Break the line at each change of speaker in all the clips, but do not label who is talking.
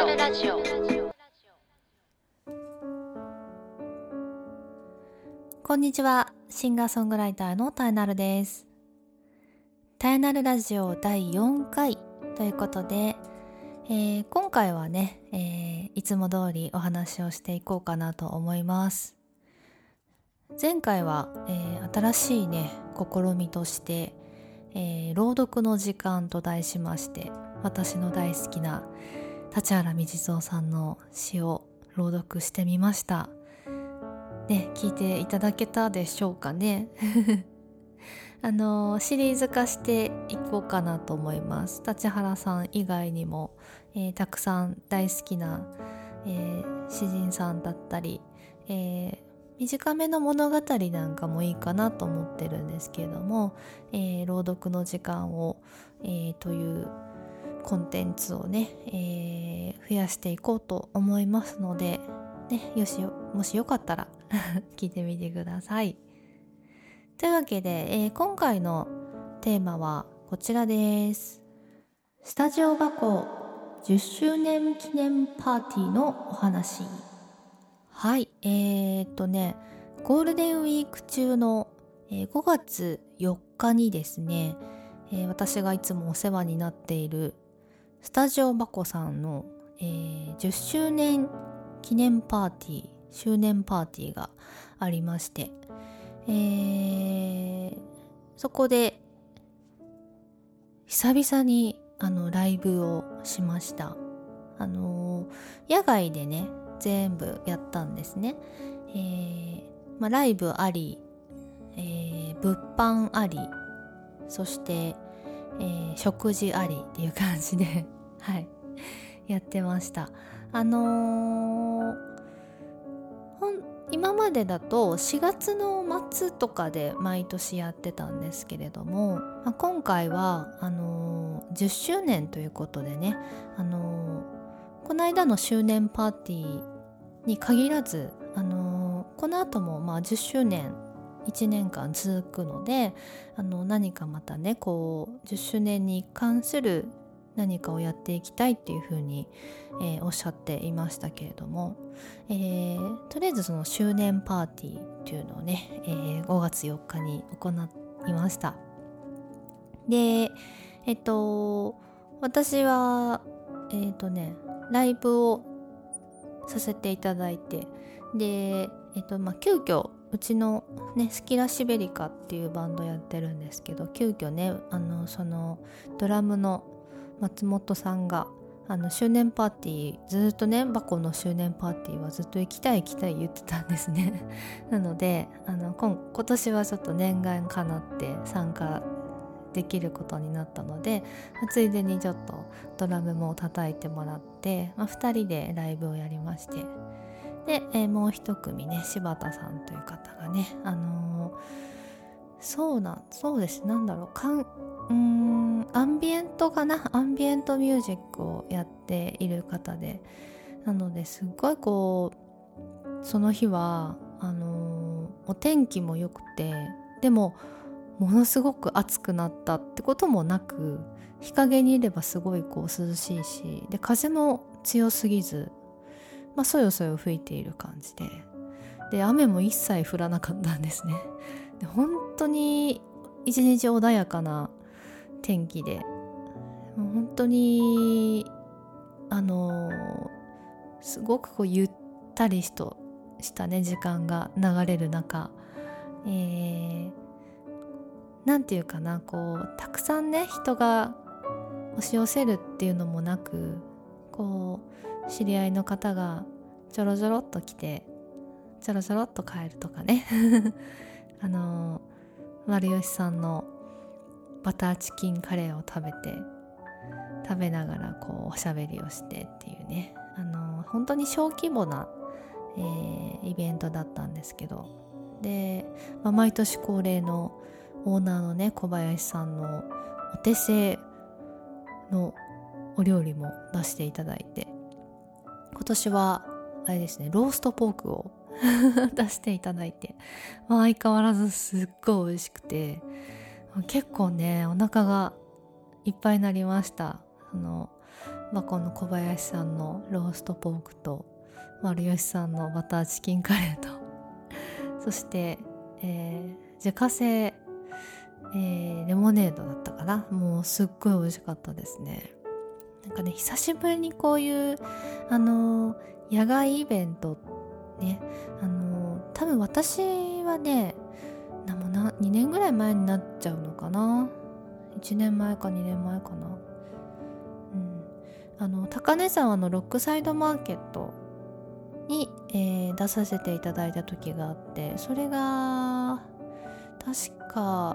るラジオ。
こんにちは、シンガーソングライターのタエナルです。タエナルラジオ第4回ということで、今回はね、いつも通りお話をしていこうかなと思います。前回は、新しいね試みとして、朗読の時間と題しまして、私の大好きな立原道三さんの詩を朗読してみました。ね、聞いていただけたでしょうかね。シリーズ化していこうかなと思います。立原さん以外にも、たくさん大好きな、詩人さんだったり、短めの物語なんかもいいかなと思ってるんですけれども、朗読の時間を、というコンテンツをね、増やしていこうと思いますので、ね、もしよかったら聞いてみてください。というわけで、今回のテーマはこちらです。スタジオ箱10周年記念パーティーのお話。はい、ゴールデンウィーク中の、5月4日にですね、私がいつもお世話になっているスタジオ箱さんの、10周年記念パーティー、周年パーティーがありまして、そこで久々にライブをしました。野外でね全部やったんですね。ライブあり、物販あり、そして、食事ありっていう感じではいやってました。今までだと4月の末とかで毎年やってたんですけれども、今回は10周年ということでね、この間の周年パーティーに限らず、この後も10周年1年間続くので、何かまたねこう10周年に関する何かをやっていきたいっていうふうに、おっしゃっていましたけれども、とりあえずその周年パーティーっていうのをね、5月4日に行いました。で、私はライブをさせていただいて、で、急遽うちのねスキラシベリカっていうバンドやってるんですけど、急遽ねそのドラムの松本さんが周年パーティーずっとねバコの周年パーティーはずっと行きたい言ってたんですね。なので今年はちょっと念願かなって参加できることになったので、ついでにちょっとドラムも叩いてもらって、2人でライブをやりまして、で、もう一組ね柴田さんという方がねそうです、なんだろう、アンビエントかな、アンビエントミュージックをやっている方で、なのですごいこうその日はお天気も良くて、でもものすごく暑くなったってこともなく、日陰にいればすごいこう涼しいし、で風も強すぎず、そよそよ吹いている感じで、雨も一切降らなかったんですね。で本当に一日穏やかな天気で、もう本当にすごくこうゆったりしたね時間が流れる中、なんていうかな、こうたくさんね人が押し寄せるっていうのもなく、こう知り合いの方がちょろちょろっと来てちょろちょろっと帰るとかね丸吉さんのバターチキンカレーを食べながらこうおしゃべりをしてっていうね、本当に小規模な、イベントだったんですけど、で、毎年恒例のオーナーのね小林さんのお手製のお料理も出していただいて、今年はあれですね、ローストポークを出していただいて、相変わらずすっごい美味しくて、結構ねお腹がいっぱいになりました。 バコの小林さんのローストポークと丸吉さんのバターチキンカレーとそして、自家製、レモネードだったかな。もうすっごい美味しかったですね。なんかね、久しぶりにこういう野外イベントね、多分私はね2年ぐらい前になっちゃうのかな。1年前か2年前かな。高根沢のロックサイドマーケットに、出させていただいた時があって、それが確か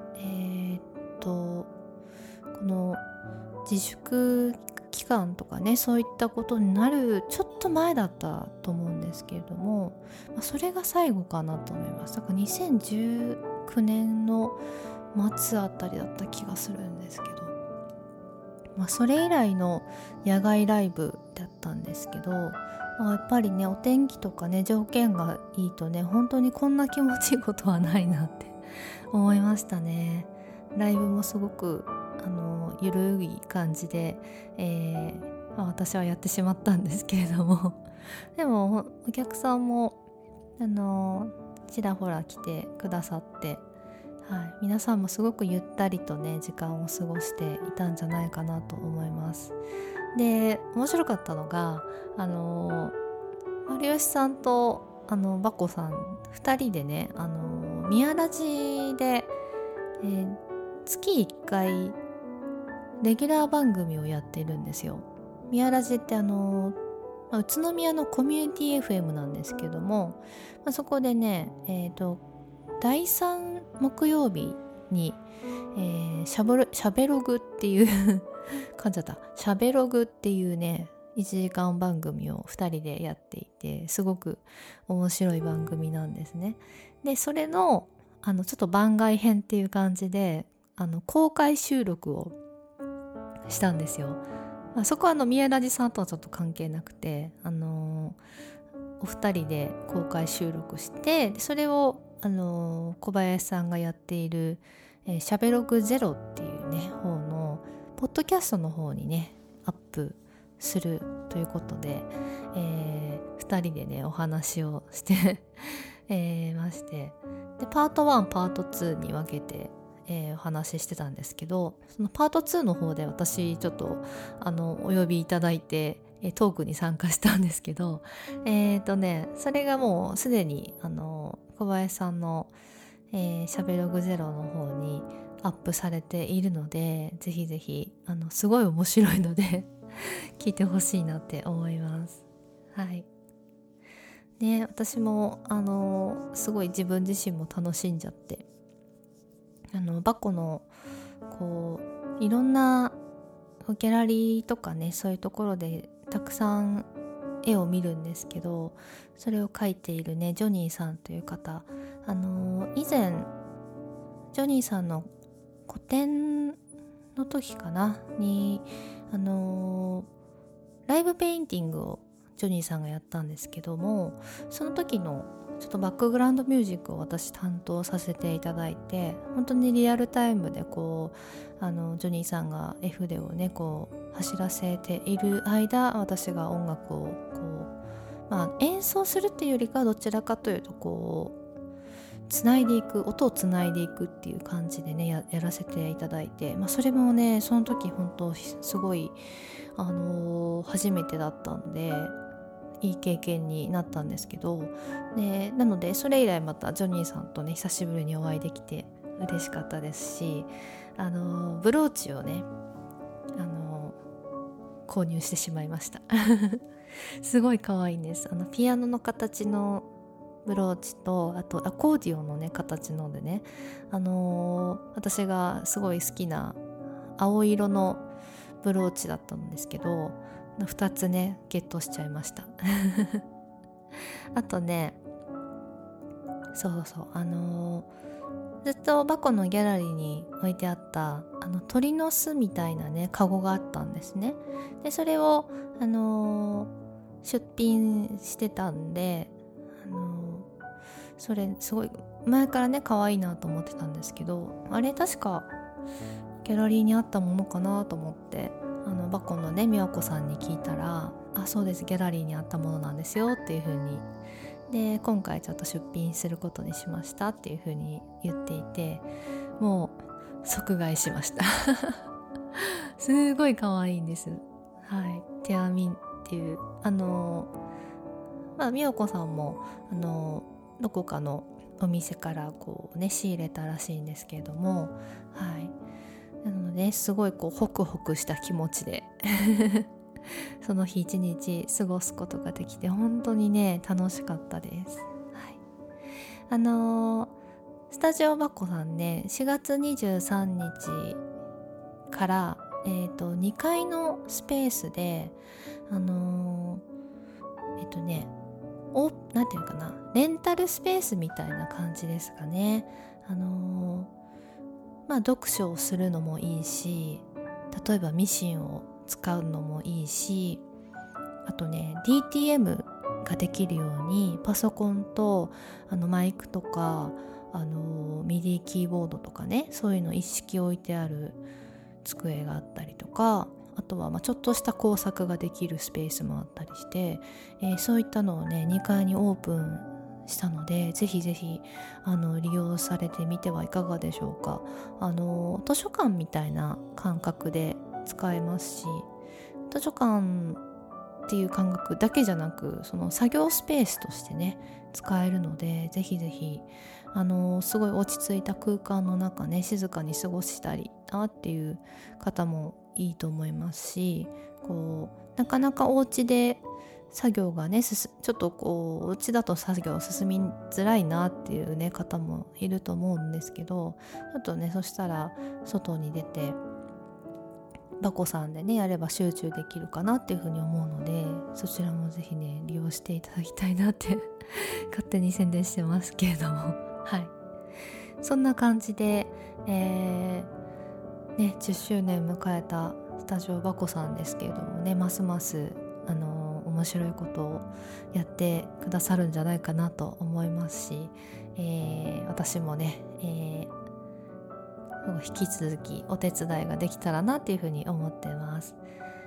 この自粛期間とかね、そういったことになるちょっと前だったと思うんですけれども、それが最後かなと思います。だから2019年の末あたりだった気がするんですけど、それ以来の野外ライブだったんですけど、やっぱりね、お天気とかね、条件がいいとね、本当にこんな気持ちいいことはないなって思いましたね。ライブもすごくゆるい感じで、私はやってしまったんですけれどもでもお客さんもちらほら来てくださって、皆さんもすごくゆったりとね時間を過ごしていたんじゃないかなと思います。で、面白かったのが丸吉さんとバコさん2人でね宮ラジで、月1回レギュラー番組をやってるんですよ。宮ラジって宇都宮のコミュニティ FM なんですけども、そこでね第3木曜日に、しゃべログっていう噛んじゃったしゃべログっていうね1時間番組を2人でやっていて、すごく面白い番組なんですね。でそれのちょっと番外編っていう感じで公開収録をしたんですよ。そこは宮ラジさんとはちょっと関係なくてお二人で公開収録して、それを小林さんがやっているしゃべログゼロっていうね方のポッドキャストの方にねアップするということで、2人でねお話をしてまして、でパート1パート2に分けてお話ししてたんですけど、そのパート2の方で私ちょっとお呼びいただいてトークに参加したんですけど、それがもうすでに小林さんのしゃべログゼロの方にアップされているので、ぜひぜひすごい面白いので聞いてほしいなって思います。はいね、私もすごい自分自身も楽しんじゃって、バコのこういろんなギャラリーとかね、そういうところでたくさん絵を見るんですけど、それを描いているねジョニーさんという方、以前ジョニーさんの個展の時かなにライブペインティングをジョニーさんがやったんですけども、その時のちょっとバックグラウンドミュージックを私担当させていただいて、本当にリアルタイムでこうジョニーさんが絵筆をねこう走らせている間、私が音楽をこう、演奏するっていうよりかどちらかというとこうつないでいく、音をつないでいくっていう感じでね やらせていただいて、それもねその時本当すごい初めてだったんでいい経験になったんですけど、でなのでそれ以来またジョニーさんとね久しぶりにお会いできて嬉しかったですし、ブローチをね購入してしまいましたすごい可愛いんです。ピアノの形のブローチと、あとアコーディオンのね形のでね、私がすごい好きな青色のブローチだったんですけど、2つねゲットしちゃいましたあとね、そうずっとバコのギャラリーに置いてあった鳥の巣みたいなねカゴがあったんですね。でそれを出品してたんで、それすごい前からね可愛いなと思ってたんですけど、あれ確かギャラリーにあったものかなと思ってバコのねみおこさんに聞いたら、そうです、ギャラリーにあったものなんですよっていう風に、で今回ちょっと出品することにしましたっていう風に言っていて、もう即買いしましたすごい可愛いんです。はい、テアミンっていうみおこさんもどこかのお店からこうね仕入れたらしいんですけれども、はい、なので、すごいこうホクホクした気持ちでその日一日過ごすことができて本当にね楽しかったです。はい、スタジオバコさんね、4月23日から2階のスペースでなんていうかな、レンタルスペースみたいな感じですかね。読書をするのもいいし、例えばミシンを使うのもいいし、あとね DTM ができるようにパソコンとマイクとかミディキーボードとかね、そういうの一式置いてある机があったりとか、あとはちょっとした工作ができるスペースもあったりして、そういったのをね2階にオープンしたので、ぜひぜひ利用されてみてはいかがでしょうか。図書館みたいな感覚で使えますし、図書館っていう感覚だけじゃなく、その作業スペースとしてね使えるので、ぜひぜひすごい落ち着いた空間の中ね静かに過ごしたりっていう方もいいと思いますし、こうなかなかお家で作業がねちょっとこうお家だと作業進みづらいなっていうね方もいると思うんですけど、ちょっとねそしたら外に出てバコさんでねやれば集中できるかなっていうふうに思うので、そちらもぜひね利用していただきたいなって勝手に宣伝してますけれどもはい、そんな感じで、10周年迎えたスタジオバコさんですけれどもね、ますます面白いことをやってくださるんじゃないかなと思いますし、私もね、引き続きお手伝いができたらなっていうふうに思ってます。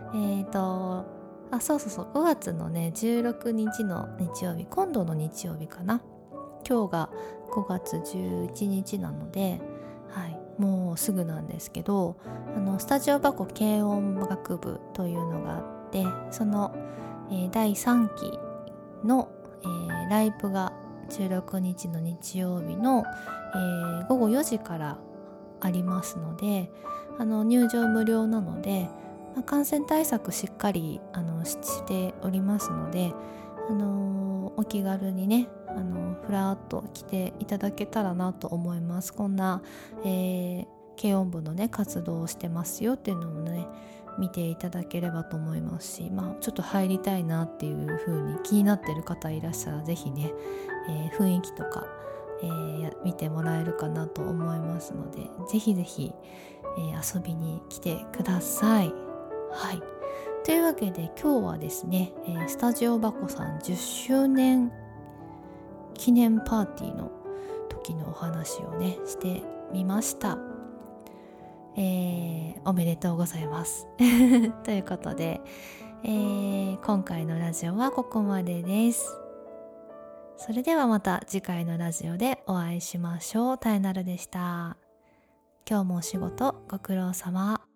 そう5月のね16日の日曜日、今度の日曜日かな、今日が5月11日なので、はい、もうすぐなんですけど、スタジオバコ軽音楽部というのがあって、その、第3期の、ライブが16日の日曜日の、午後4時からありますので、入場無料なので、感染対策しっかりしておりますので、お気軽にねふらっと来ていただけたらなと思います。こんな、軽音部のね活動をしてますよっていうのもね見ていただければと思いますし、ちょっと入りたいなっていう風に気になってる方いらっしゃらぜひね、雰囲気とか、見てもらえるかなと思いますので、ぜひぜひ、遊びに来てください。はい、というわけで今日はですね、スタジオバコさん10周年記念パーティーの時のお話をねしてみました。おめでとうございますということで、今回のラジオはここまでです。それではまた次回のラジオでお会いしましょう。タイナルでした。今日もお仕事ご苦労様。